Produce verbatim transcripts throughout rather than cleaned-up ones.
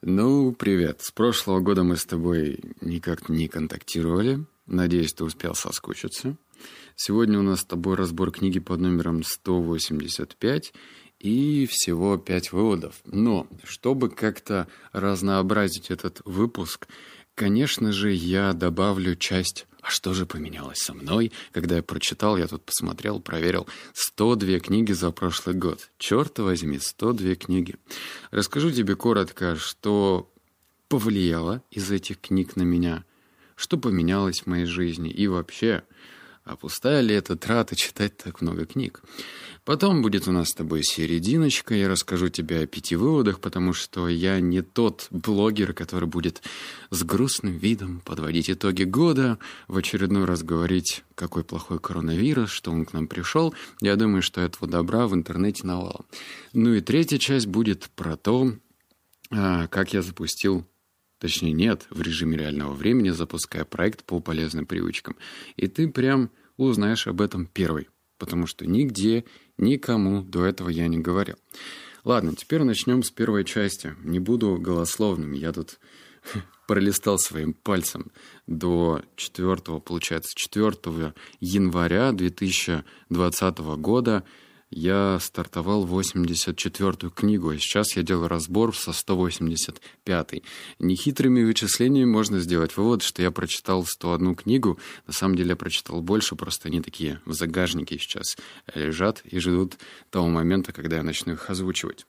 Ну, привет. С прошлого года мы с тобой никак не контактировали. Надеюсь, ты успел соскучиться. Сегодня у нас с тобой разбор книги под номером сто восемьдесят пять и всего пять выводов. Но, чтобы как-то разнообразить этот выпуск, конечно же, я добавлю часть «А что же поменялось со мной?» Когда я прочитал, я тут посмотрел, проверил сто две книги за прошлый год. Черт возьми, сто две книги. Расскажу тебе коротко, что повлияло из этих книг на меня, что поменялось в моей жизни и вообще, а пустая ли это трата читать так много книг. Потом будет у нас с тобой серединочка, я расскажу тебе о пяти выводах, потому что я не тот блогер, который будет с грустным видом подводить итоги года, в очередной раз говорить, какой плохой коронавирус, что он к нам пришел. Я думаю, что этого добра в интернете навалом. Ну и третья часть будет про то, как я запустил, точнее нет, в режиме реального времени, запуская проект по полезным привычкам. И ты прям узнаешь об этом первый, потому что нигде, никому до этого я не говорил. Ладно, теперь начнем с первой части. Не буду голословным, я тут пролистал своим пальцем до четвёртого, получается, четвёртого января две тысячи двадцатого года. Я стартовал восемьдесят четвёртую книгу, а сейчас я делаю разбор со сто восемьдесят пятой. Нехитрыми вычислениями можно сделать вывод, что я прочитал сто одну книгу. На самом деле я прочитал больше, просто они такие в загажнике сейчас лежат и ждут того момента, когда я начну их озвучивать.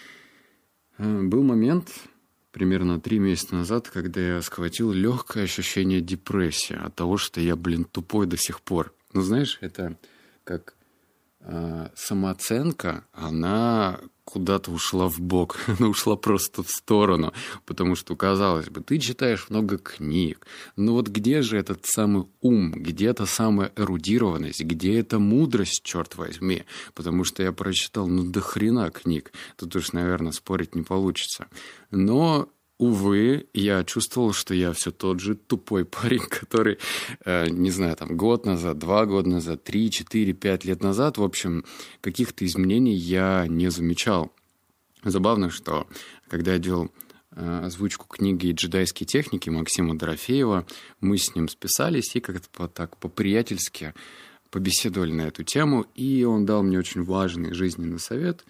Был момент, примерно три месяца назад, когда я схватил легкое ощущение депрессии от того, что я, блин, тупой до сих пор. Ну, знаешь, это как... самооценка, она куда-то ушла в бок, она ушла просто в сторону, потому что, казалось бы, ты читаешь много книг, но вот где же этот самый ум, где эта самая эрудированность, где эта мудрость, черт возьми, потому что я прочитал, ну, до хрена книг, тут уж, наверное, спорить не получится, но... Увы, я чувствовал, что я все тот же тупой парень, который, э, не знаю, там, год назад, два года назад, три, четыре, пять лет назад, в общем, каких-то изменений я не замечал. Забавно, что когда я делал э, озвучку книги «Джедайские техники» Максима Дорофеева, мы с ним списались и как-то так по-приятельски побеседовали на эту тему, и он дал мне очень важный жизненный совет,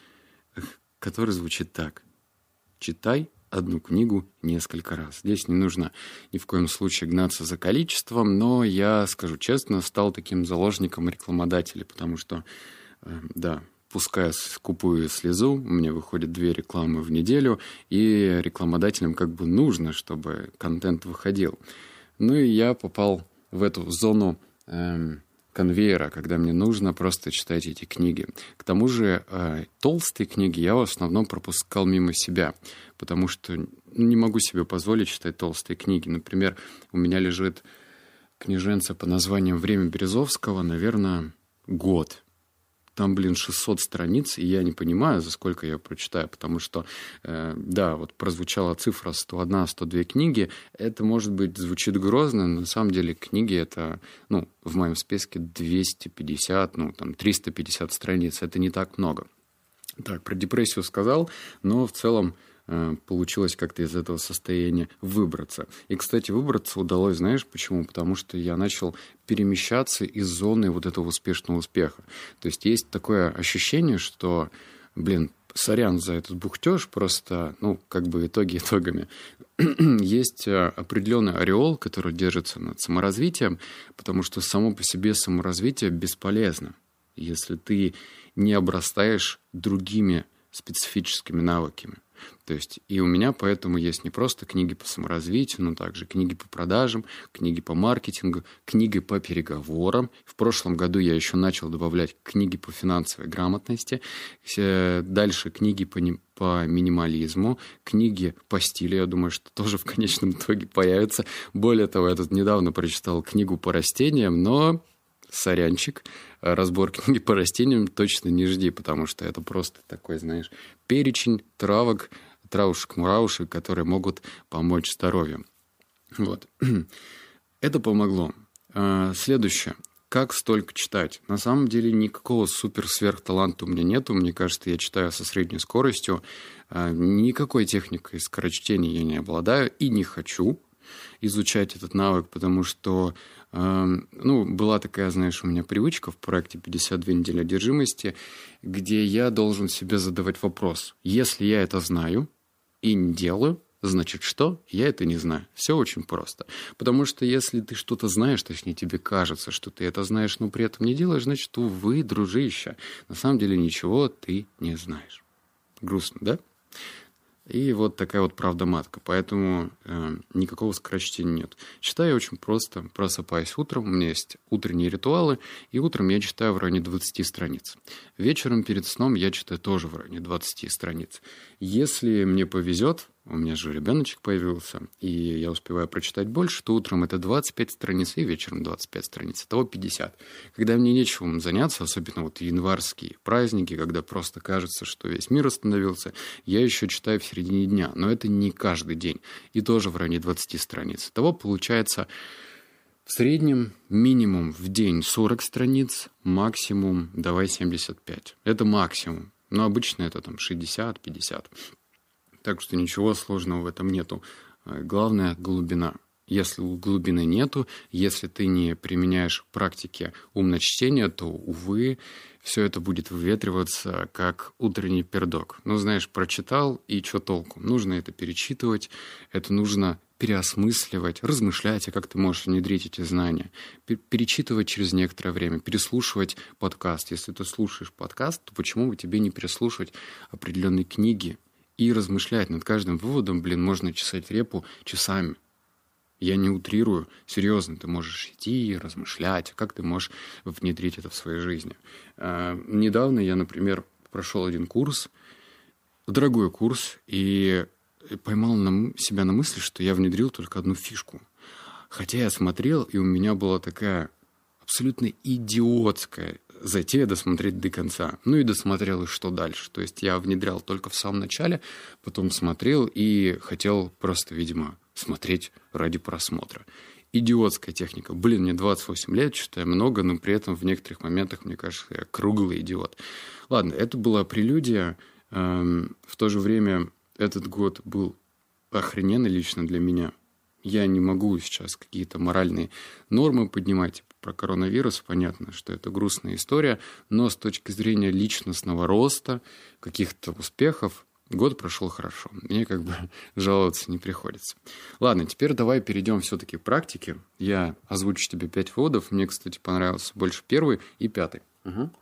который звучит так: «Читай одну книгу несколько раз». Здесь не нужно ни в коем случае гнаться за количеством, но я, скажу честно, стал таким заложником рекламодателей, потому что, э, да, пуская скупую слезу, у меня выходит две рекламы в неделю, и рекламодателям как бы нужно, чтобы контент выходил. Ну и я попал в эту зону э, конвейера, когда мне нужно просто читать эти книги. К тому же э, толстые книги я в основном пропускал мимо себя, потому что не могу себе позволить читать толстые книги. Например, у меня лежит книженца по названием «Время Березовского», наверное, год. Там, блин, шестьсот страниц, и я не понимаю, за сколько я прочитаю, потому что, э, да, вот прозвучала цифра сто одна - сто две книги, это, может быть, звучит грозно, но на самом деле книги это, ну, в моем списке двести пятьдесят, ну, там, триста пятьдесят страниц, это не так много. Так, про депрессию сказал, но в целом э, получилось как-то из этого состояния выбраться. И, кстати, выбраться удалось, знаешь почему? Потому что я начал перемещаться из зоны вот этого успешного успеха. То есть есть такое ощущение, что, блин, сорян за этот бухтеж, просто, ну, как бы итоги итогами. Есть определенный ореол, который держится над саморазвитием, потому что само по себе саморазвитие бесполезно, если ты не обрастаешь другими специфическими навыками. То есть и у меня поэтому есть не просто книги по саморазвитию, но также книги по продажам, книги по маркетингу, книги по переговорам. В прошлом году я еще начал добавлять книги по финансовой грамотности, дальше книги по, не, по минимализму, книги по стилю, я думаю, что тоже в конечном итоге появятся. Более того, я тут недавно прочитал книгу по растениям, но... Сорянчик, разбор книги по растениям точно не жди, потому что это просто такой, знаешь, перечень травок, травушек-муравушек, которые могут помочь здоровью. Вот. Это помогло. Следующее. Как столько читать? На самом деле никакого супер-сверхталанта у меня нету. Мне кажется, я читаю со средней скоростью. Никакой техникой скорочтения я не обладаю и не хочу изучать этот навык, потому что ну, была такая, знаешь, у меня привычка в проекте пятьдесят две недели одержимости, где я должен себе задавать вопрос. Если я это знаю и не делаю, значит, что? Я это не знаю. Все очень просто. Потому что если ты что-то знаешь, точнее, тебе кажется, что ты это знаешь, но при этом не делаешь, значит, увы, дружище, на самом деле ничего ты не знаешь. Грустно, да? И вот такая вот правда-матка. Поэтому э, никакого скорочтения нет. Читаю очень просто. Просыпаюсь утром. У меня есть утренние ритуалы. И утром я читаю в районе двадцати страниц. Вечером перед сном я читаю тоже в районе двадцати страниц. Если мне повезет, у меня же ребеночек появился, и я успеваю прочитать больше, то утром это двадцать пять страниц, и вечером двадцать пять страниц. Итого пятьдесят. Когда мне нечем заняться, особенно вот январские праздники, когда просто кажется, что весь мир остановился, я еще читаю в середине дня. Но это не каждый день. И тоже в районе двадцати страниц. Итого получается в среднем минимум в день сорок страниц, максимум, давай, семьдесят пять. Это максимум. Но обычно это там шестьдесят-пятьдесят. Так что ничего сложного в этом нету. Главное — глубина. Если глубины нету, если ты не применяешь практики умночтения, то, увы, все это будет выветриваться, как утренний пердок. Ну, знаешь, прочитал, и что толку? Нужно это перечитывать, это нужно переосмысливать, размышлять, а как ты можешь внедрить эти знания. Перечитывать через некоторое время, переслушивать подкаст. Если ты слушаешь подкаст, то почему бы тебе не переслушивать определенные книги и размышлять над каждым выводом? Блин, можно чесать репу часами. Я не утрирую. Серьезно, ты можешь идти и размышлять, как ты можешь внедрить это в своей жизни. А, недавно я, например, прошел один курс, дорогой курс, и поймал на, себя на мысли, что я внедрил только одну фишку. Хотя я смотрел, и у меня была такая абсолютно идиотская затея досмотреть до конца. Ну и досмотрел, и что дальше. То есть я внедрял только в самом начале, потом смотрел и хотел просто, видимо, смотреть ради просмотра. Идиотская техника. Блин, мне двадцать восемь лет, читаю много, но при этом в некоторых моментах, мне кажется, я круглый идиот. Ладно, это была прелюдия. Эм, в то же время этот год был охрененный лично для меня. Я не могу сейчас какие-то моральные нормы поднимать, типа про коронавирус. Понятно, что это грустная история, но с точки зрения личностного роста, каких-то успехов, год прошел хорошо. Мне как бы жаловаться не приходится. Ладно, теперь давай перейдем все-таки к практике. Я озвучу тебе пять выводов. Мне, кстати, понравился больше первый и пятый. Угу.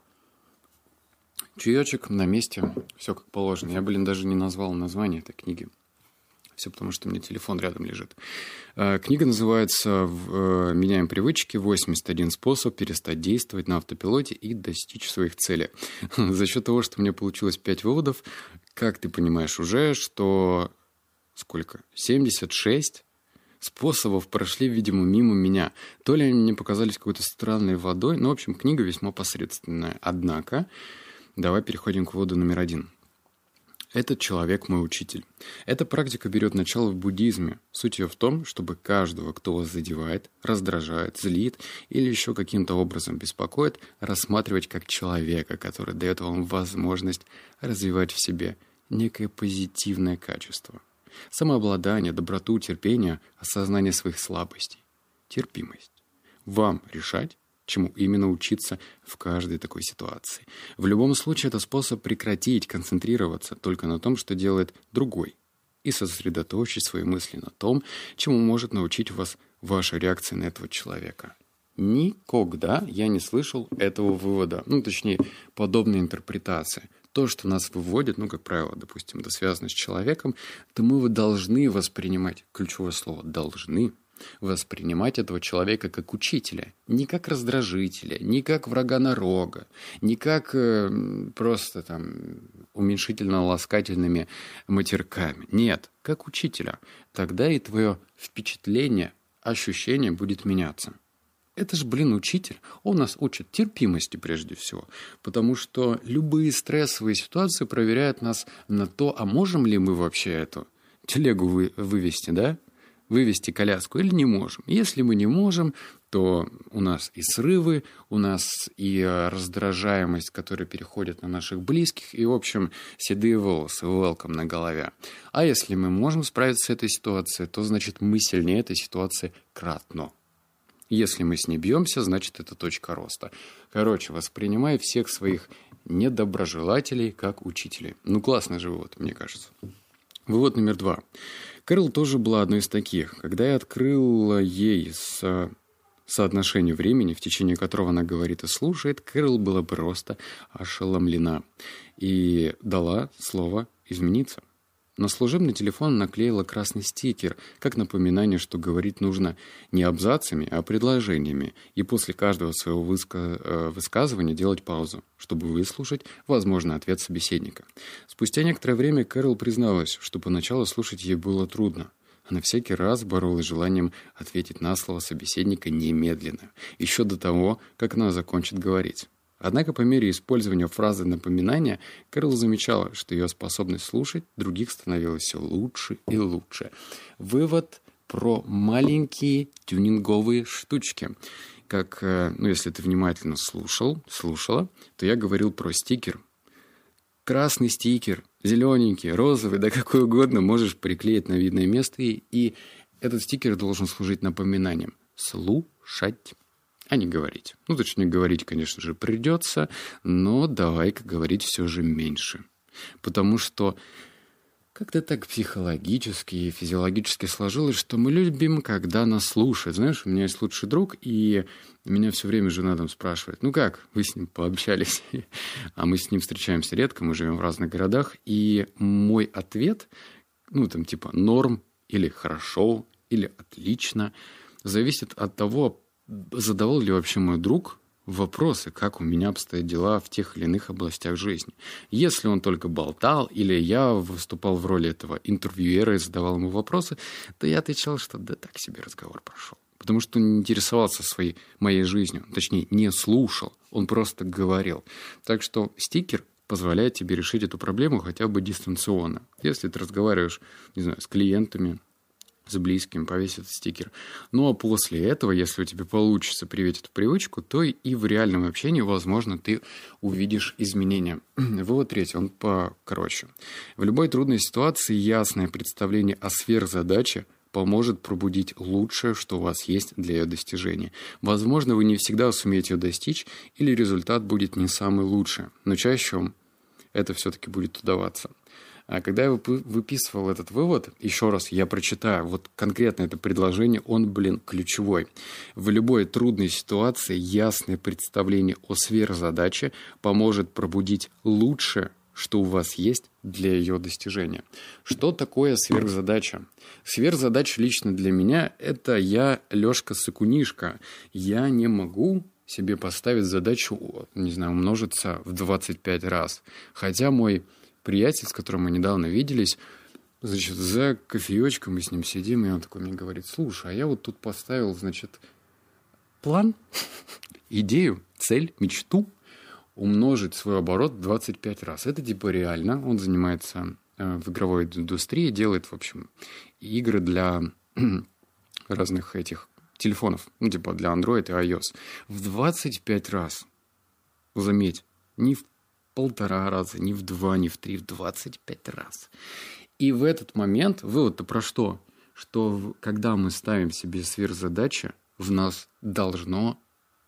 Чаечек на месте, все как положено. Я, блин, даже не назвал название этой книги. Все потому, что у меня телефон рядом лежит. Книга называется «Меняем привычки. восемьдесят один способ перестать действовать на автопилоте и достичь своих целей». За счет того, что у меня получилось пять выводов, как ты понимаешь уже, что сколько? семьдесят шесть способов прошли, видимо, мимо меня. То ли они мне показались какой-то странной водой, но, в общем, книга весьма посредственная. Однако, давай переходим к выводу номер один. Этот человек мой учитель. Эта практика берет начало в буддизме. Суть ее в том, чтобы каждого, кто вас задевает, раздражает, злит или еще каким-то образом беспокоит, рассматривать как человека, который дает вам возможность развивать в себе некое позитивное качество. Самообладание, доброту, терпение, осознание своих слабостей, терпимость. Вам решать, чему именно учиться в каждой такой ситуации. В любом случае, это способ прекратить концентрироваться только на том, что делает другой, и сосредоточить свои мысли на том, чему может научить вас ваша реакция на этого человека. Никогда я не слышал этого вывода, ну, точнее, подобной интерпретации. То, что нас выводит, ну, как правило, допустим, это связано с человеком, то мы должны воспринимать, ключевое слово «должны», воспринимать этого человека как учителя, не как раздражителя, не как врага нарога, не как э, просто там уменьшительно-ласкательными матерками. Нет, как учителя. Тогда и твое впечатление, ощущение будет меняться. Это же, блин, учитель. Он нас учит терпимости прежде всего. Потому что любые стрессовые ситуации проверяют нас на то, а можем ли мы вообще эту телегу вы, вывести, да? Вывести коляску или не можем. Если мы не можем, то у нас и срывы, у нас и раздражаемость, которая переходит на наших близких, и, в общем, седые волосы, welcome на голове. А если мы можем справиться с этой ситуацией, то, значит, мы сильнее этой ситуации кратно. Если мы с ней бьемся, значит, это точка роста. Короче, воспринимай всех своих недоброжелателей как учителей. Ну, классный же вывод, мне кажется. Вывод номер два. Кэрол тоже была одной из таких. Когда я открыл ей с соотношение времени, в течение которого она говорит и слушает, Кэрол была просто ошеломлена и дала слово измениться. На служебный телефон наклеила красный стикер, как напоминание, что говорить нужно не абзацами, а предложениями, и после каждого своего выска... высказывания делать паузу, чтобы выслушать возможный ответ собеседника. Спустя некоторое время Кэрол призналась, что поначалу слушать ей было трудно. Она всякий раз боролась с желанием ответить на слово собеседника немедленно, еще до того, как она закончит говорить. Однако по мере использования фразы напоминания Кэрол замечала, что ее способность слушать других становилась все лучше и лучше. Вывод про маленькие тюнинговые штучки. Как, ну, если ты внимательно слушал, слушала, то я говорил про стикер. Красный стикер, зелененький, розовый, да какой угодно можешь приклеить на видное место, и, и этот стикер должен служить напоминанием. Слушать, а не говорить. Ну, точнее, говорить, конечно же, придется, но давай-ка говорить все же меньше. Потому что как-то так психологически и физиологически сложилось, что мы любим, когда нас слушают. Знаешь, у меня есть лучший друг, и меня все время жена там спрашивает, ну как, вы с ним пообщались? А мы с ним встречаемся редко, мы живем в разных городах, и мой ответ, ну, там, типа, норм, или хорошо, или отлично, зависит от того, задавал ли вообще мой друг вопросы, как у меня обстоят дела в тех или иных областях жизни. Если он только болтал, или я выступал в роли этого интервьюера и задавал ему вопросы, то я отвечал, что да так себе разговор прошел. Потому что он не интересовался своей, моей жизнью, точнее, не слушал, он просто говорил. Так что стикер позволяет тебе решить эту проблему хотя бы дистанционно. Если ты разговариваешь, не знаю, с клиентами, с близким, повесь этот стикер. Ну, а после этого, если у тебя получится привить эту привычку, то и в реальном общении, возможно, ты увидишь изменения. Вывод третий, он покороче. В любой трудной ситуации ясное представление о сверхзадаче поможет пробудить лучшее, что у вас есть для ее достижения. Возможно, вы не всегда сумеете ее достичь, или результат будет не самый лучший, но чаще вам это все-таки будет удаваться. А когда я выписывал этот вывод, еще раз я прочитаю, вот конкретно это предложение, он, блин, ключевой. В любой трудной ситуации ясное представление о сверхзадаче поможет пробудить лучшее, что у вас есть для ее достижения. Что такое сверхзадача? Сверхзадача лично для меня – это я, Лешка Сыкунишка. Я не могу себе поставить задачу, не знаю, умножиться в двадцать пять раз. Хотя мой приятель, с которым мы недавно виделись, значит, за кофеечком мы с ним сидим, и он такой мне говорит, слушай, а я вот тут поставил, значит, план, идею, цель, мечту умножить свой оборот в двадцать пять раз. Это типа реально. Он занимается э, в игровой индустрии, делает, в общем, игры для разных этих телефонов, ну, типа для Android и iOS. В двадцать пять раз. Заметь, не в полтора раза, не в два, не в три, в двадцать пять раз. И в этот момент, вывод-то про что? Что когда мы ставим себе сверхзадачи, в нас должно...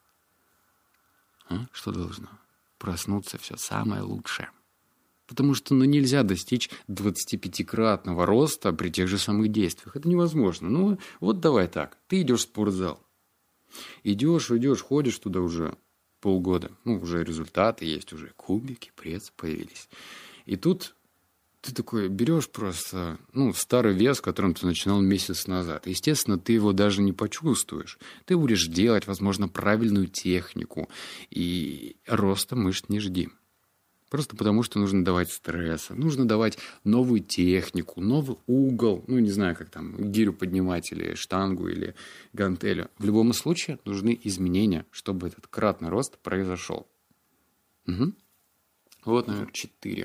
А? Что должно? Проснуться все самое лучшее. Потому что ну, нельзя достичь двадцатипятикратного роста при тех же самых действиях. Это невозможно. Ну, вот давай так. Ты идешь в спортзал. Идешь, идешь, ходишь туда уже полгода. Ну, уже результаты есть, уже кубики, пресс появились. И тут ты такой берешь просто ну, старый вес, которым ты начинал месяц назад. Естественно, ты его даже не почувствуешь. Ты будешь делать, возможно, правильную технику. И роста мышц не жди. Просто потому, что нужно давать стресса. Нужно давать новую технику, новый угол. Ну, не знаю, как там, гирю поднимать или штангу, или гантелю. В любом случае нужны изменения, чтобы этот кратный рост произошел. Угу. Вот номер четыре.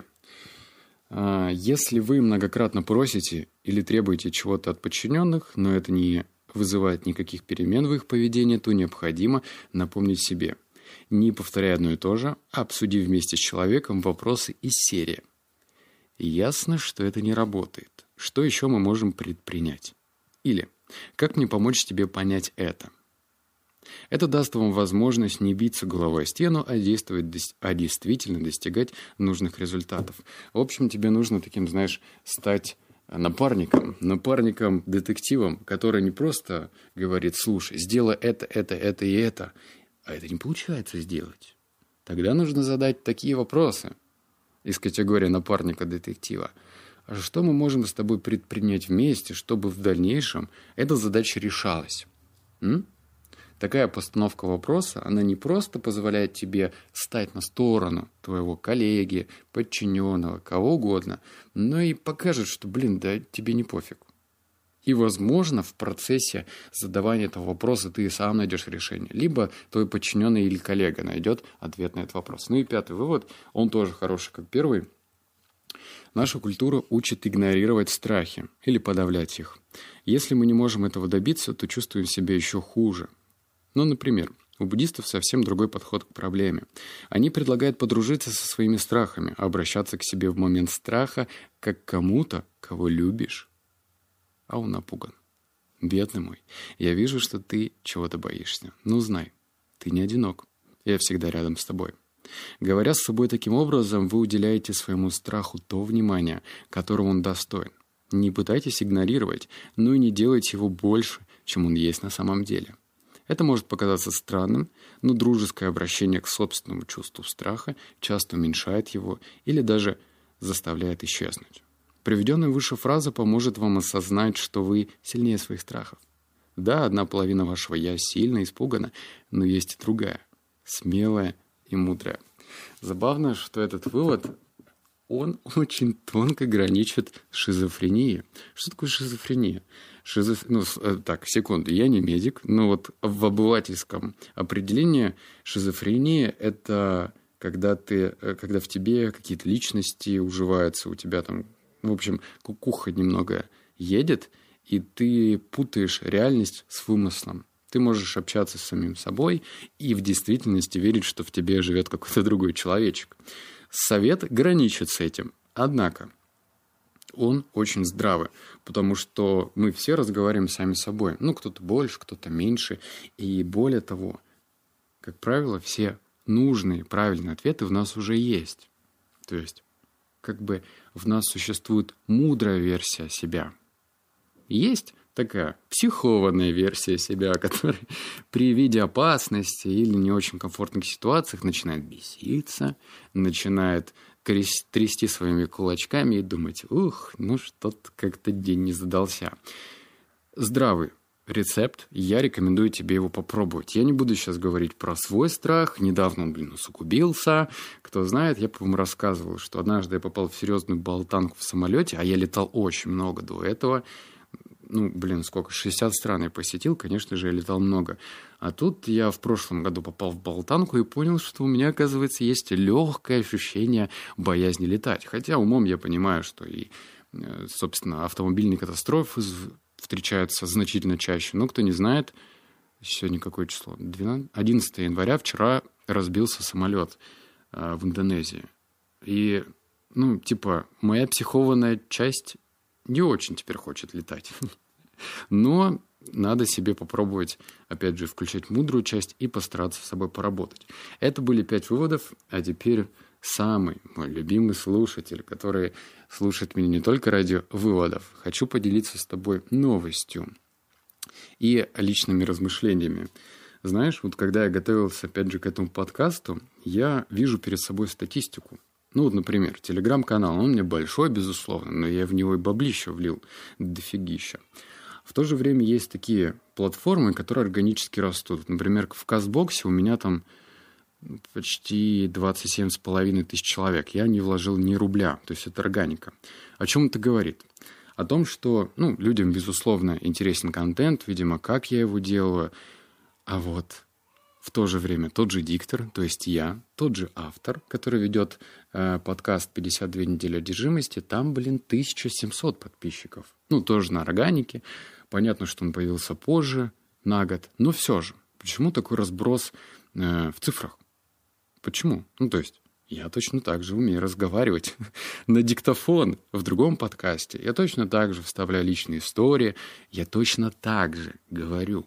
Если вы многократно просите или требуете чего-то от подчиненных, но это не вызывает никаких перемен в их поведении, то необходимо напомнить себе. Не повторяй одно и то же, а обсуди вместе с человеком вопросы из серии. Ясно, что это не работает. Что еще мы можем предпринять? Или как мне помочь тебе понять это? Это даст вам возможность не биться головой о стену, а действовать, а действительно достигать нужных результатов. В общем, тебе нужно таким, знаешь, стать напарником, напарником-детективом, который не просто говорит: слушай, сделай это, это, это и это, а это не получается сделать. Тогда нужно задать такие вопросы из категории напарника-детектива. А что мы можем с тобой предпринять вместе, чтобы в дальнейшем эта задача решалась? М? Такая постановка вопроса, она не просто позволяет тебе стать на сторону твоего коллеги, подчиненного, кого угодно, но и покажет, что, блин, да тебе не пофиг. И, возможно, в процессе задавания этого вопроса ты сам найдешь решение. Либо твой подчиненный или коллега найдет ответ на этот вопрос. Ну и пятый вывод, он тоже хороший, как первый. Наша культура учит игнорировать страхи или подавлять их. Если мы не можем этого добиться, то чувствуем себя еще хуже. Ну, например, у буддистов совсем другой подход к проблеме. Они предлагают подружиться со своими страхами, обращаться к себе в момент страха как к кому-то, кого любишь. А он напуган. Бедный мой, я вижу, что ты чего-то боишься. Ну, знай, ты не одинок. Я всегда рядом с тобой. Говоря с собой таким образом, вы уделяете своему страху то внимание, которого он достоин. Не пытайтесь игнорировать, но и не делайте его больше, чем он есть на самом деле. Это может показаться странным, но дружеское обращение к собственному чувству страха часто уменьшает его или даже заставляет исчезнуть. Приведенная выше фраза поможет вам осознать, что вы сильнее своих страхов. Да, одна половина вашего «я» сильно испугана, но есть и другая, смелая и мудрая. Забавно, что этот вывод, он очень тонко граничит с шизофренией. Что такое шизофрения? Шизоф... Ну, так, секунду, я не медик, но вот в обывательском определении шизофрения – это когда, ты, когда в тебе какие-то личности уживаются, у тебя там, в общем, кукуха немного едет, и ты путаешь реальность с вымыслом. Ты можешь общаться с самим собой и в действительности верить, что в тебе живет какой-то другой человечек. Совет граничит с этим, однако он очень здравый, потому что мы все разговариваем сами с собой. Ну, кто-то больше, кто-то меньше. И более того, как правило, все нужные, правильные ответы в нас уже есть. То есть, как бы в нас существует мудрая версия себя. Есть такая психованная версия себя, которая при виде опасности или не очень комфортных ситуациях начинает беситься, начинает трясти своими кулачками и думать: ух, ну что-то как-то день не задался. Здравый рецепт, я рекомендую тебе его попробовать. Я не буду сейчас говорить про свой страх. Недавно он, блин, усугубился. Кто знает, я, по-моему, рассказывал, что однажды я попал в серьезную болтанку в самолете, а я летал очень много до этого. Ну, блин, сколько? шестьдесят стран я посетил, конечно же, я летал много. А тут я в прошлом году попал в болтанку и понял, что у меня, оказывается, есть легкое ощущение боязни летать. Хотя умом я понимаю, что и, собственно, автомобильные катастрофы встречаются значительно чаще. Но кто не знает, сегодня какое число? одиннадцатого января вчера разбился самолет в Индонезии. И, ну, типа, моя психованная часть не очень теперь хочет летать. Но надо себе попробовать, опять же, включать мудрую часть и постараться с собой поработать. Это были пять выводов, а теперь самый мой любимый слушатель, который слушает меня не только ради выводов. Хочу поделиться с тобой новостью и личными размышлениями. Знаешь, вот когда я готовился, опять же, к этому подкасту, я вижу перед собой статистику. Ну, вот, например, телеграм-канал, он у меня большой, безусловно, но я в него и баблища влил дофигища. В то же время есть такие платформы, которые органически растут. Например, в Кастбоксе у меня там почти двадцать семь с половиной тысяч человек. Я не вложил ни рубля, то есть это органика. О чем это говорит? О том, что, ну, людям, безусловно, интересен контент, видимо, как я его делаю. А вот в то же время тот же диктор, то есть я, тот же автор, который ведет э, подкаст «пятьдесят две недели одержимости», там, блин, тысяча семьсот подписчиков. Ну, тоже на органике. Понятно, что он появился позже, на год. Но все же, почему такой разброс э, в цифрах? Почему? Ну, то есть, я точно так же умею разговаривать на диктофон в другом подкасте. Я точно так же вставляю личные истории. Я точно так же говорю.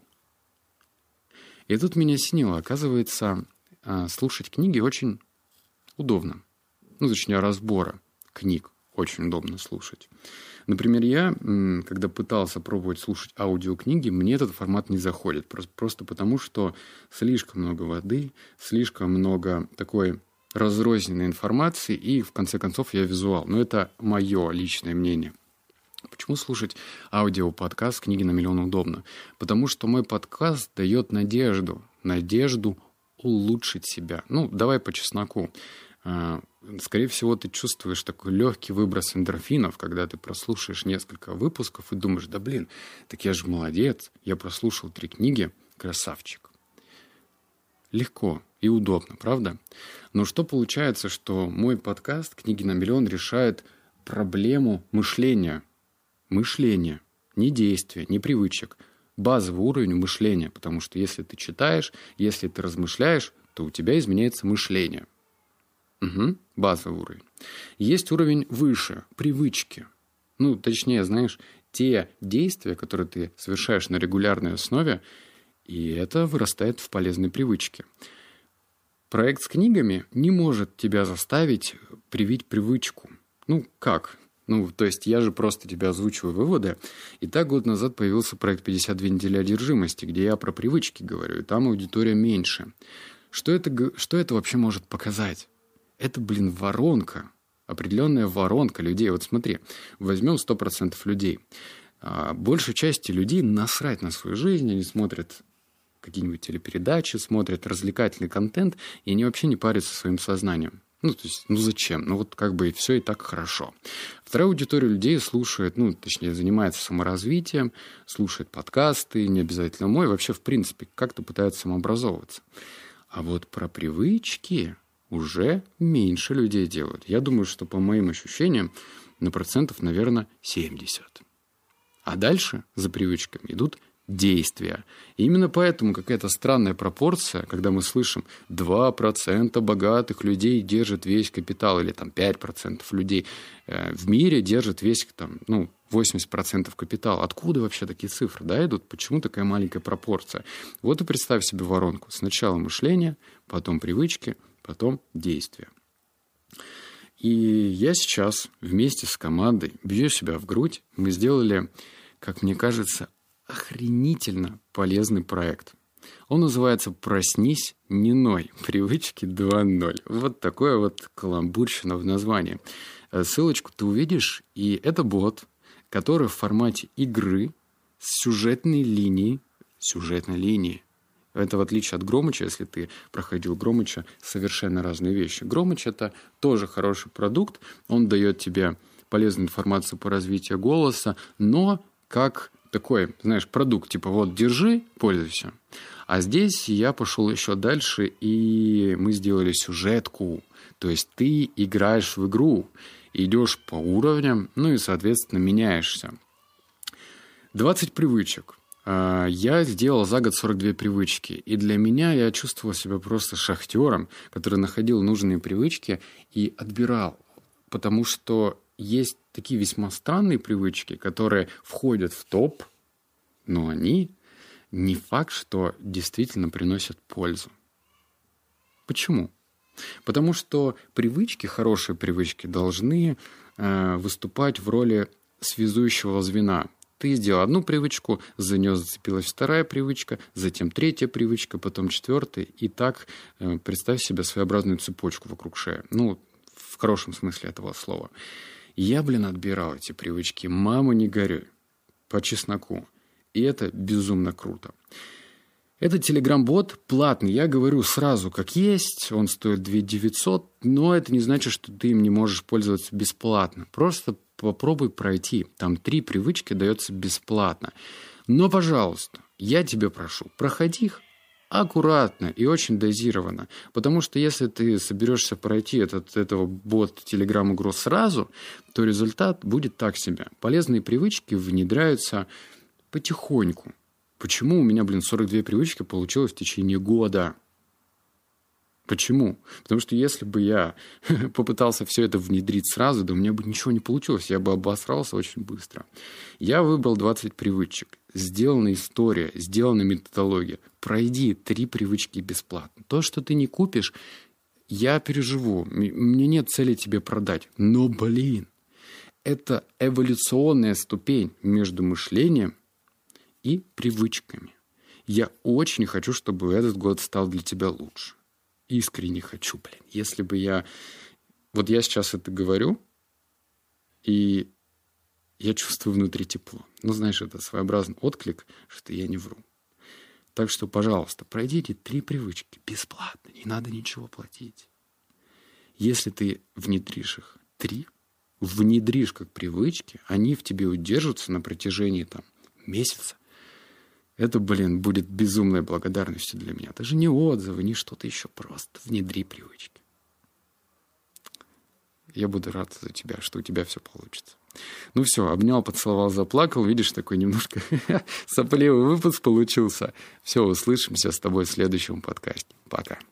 И тут меня осенило. Оказывается, слушать книги очень удобно. Ну, точнее, разбора книг очень удобно слушать. Например, я, когда пытался пробовать слушать аудиокниги, мне этот формат не заходит. Просто потому, что слишком много воды, слишком много такой разрозненной информации, и, в конце концов, я визуал. Но это мое личное мнение. Почему слушать аудиоподкаст «Книги на миллион» удобно? Потому что мой подкаст дает надежду, надежду улучшить себя. Ну, давай по чесноку. Скорее всего, ты чувствуешь такой легкий выброс эндорфинов, когда ты прослушаешь несколько выпусков и думаешь, да блин, так я же молодец, я прослушал три книги, красавчик. Легко и удобно, правда? Но что получается, что мой подкаст «Книги на миллион» решает проблему мышления. Мышление, не действия, не привычек. Базовый уровень мышления, потому что если ты читаешь, если ты размышляешь, то у тебя изменяется мышление. Угу, базовый уровень. Есть уровень выше, привычки. Ну, точнее, знаешь, те действия, которые ты совершаешь на регулярной основе, и это вырастает в полезные привычки. Проект с книгами не может тебя заставить привить привычку. Ну, как? Ну, то есть я же просто тебе озвучиваю выводы. И так год назад появился проект «пятьдесят две недели одержимости», где я про привычки говорю, и там аудитория меньше. Что это, что это вообще может показать? Это, блин, воронка. Определенная воронка людей. Вот смотри, возьмем сто процентов людей. Большей части людей насрать на свою жизнь, они смотрят какие-нибудь телепередачи, смотрят развлекательный контент, и они вообще не парятся своим сознанием. Ну, то есть, ну зачем? Ну, вот как бы и все и так хорошо. Вторая аудитория людей слушает, ну, точнее, занимается саморазвитием, слушает подкасты, не обязательно мой, вообще, в принципе, как-то пытается самообразовываться. А вот про привычки уже меньше людей делают. Я думаю, что, по моим ощущениям, на процентов, наверное, семьдесят. А дальше за привычками идут действия. И именно поэтому какая-то странная пропорция, когда мы слышим два процента богатых людей держат весь капитал, или там пять процентов людей э, в мире держат весь там, ну, восемьдесят процентов капитала. Откуда вообще такие цифры, да, идут? Почему такая маленькая пропорция? Вот и представь себе воронку. Сначала мышление, потом привычки, потом действия. И я сейчас вместе с командой бью себя в грудь. Мы сделали, как мне кажется, охренительно полезный проект. Он называется «Проснись, не ной. Привычки два ноль». Вот такое вот каламбурщина в названии. Ссылочку ты увидишь, и это бот, который в формате игры с сюжетной линией, сюжетной линией. Это в отличие от Громыча, если ты проходил Громыча, совершенно разные вещи. Громыч — это тоже хороший продукт, он дает тебе полезную информацию по развитию голоса, но как такой, знаешь, продукт, типа вот держи, пользуйся. А здесь я пошел еще дальше, и мы сделали сюжетку. То есть ты играешь в игру, идешь по уровням, ну и, соответственно, меняешься. двадцать привычек. Я сделал за год сорок две привычки. И для меня я чувствовал себя просто шахтером, который находил нужные привычки и отбирал. Потому что есть такие весьма странные привычки, которые входят в топ, но они не факт, что действительно приносят пользу. Почему? Потому что привычки, хорошие привычки, должны э, выступать в роли связующего звена. Ты сделал одну привычку, за нее зацепилась вторая привычка, затем третья привычка, потом четвертая. И так э, представь себе своеобразную цепочку вокруг шеи. Ну, в хорошем смысле этого слова. Я, блин, отбирал эти привычки. Мама, не горюй. По чесноку. И это безумно круто. Этот телеграм-бот платный. Я говорю сразу, как есть. Он стоит две тысячи девятьсот. Но это не значит, что ты им не можешь пользоваться бесплатно. Просто попробуй пройти. Там три привычки дается бесплатно. Но, пожалуйста, я тебя прошу, проходи их. аккуратно и очень дозированно. Потому что если ты соберешься пройти этот, этого бот Telegram игру сразу, то результат будет так себе. Полезные привычки внедряются потихоньку. Почему у меня, блин, сорок две привычки получилось в течение года? Почему? Потому что если бы я попытался все это внедрить сразу, да у меня бы ничего не получилось, я бы обосрался очень быстро. Я выбрал двадцать привычек. Сделана история, сделана методология. Пройди три привычки бесплатно. То, что ты не купишь, я переживу. Мне нет цели тебе продать. Но, блин, это эволюционная ступень между мышлением и привычками. Я очень хочу, чтобы этот год стал для тебя лучше. Искренне хочу, блин. Если бы я... Вот я сейчас это говорю, и я чувствую внутри тепло. Ну, знаешь, это своеобразный отклик, что я не вру. Так что, пожалуйста, пройдите три привычки бесплатно. Не надо ничего платить. Если ты внедришь их три, внедришь как привычки, они в тебе удержатся на протяжении там, месяца. Это, блин, будет безумной благодарностью для меня. Даже не отзывы, не что-то еще. Просто внедри привычки. Я буду рад за тебя, что у тебя все получится. Ну все, обнял, поцеловал, заплакал. Видишь, такой немножко сопливый выпуск получился. Все, услышимся с тобой в следующем подкасте. Пока.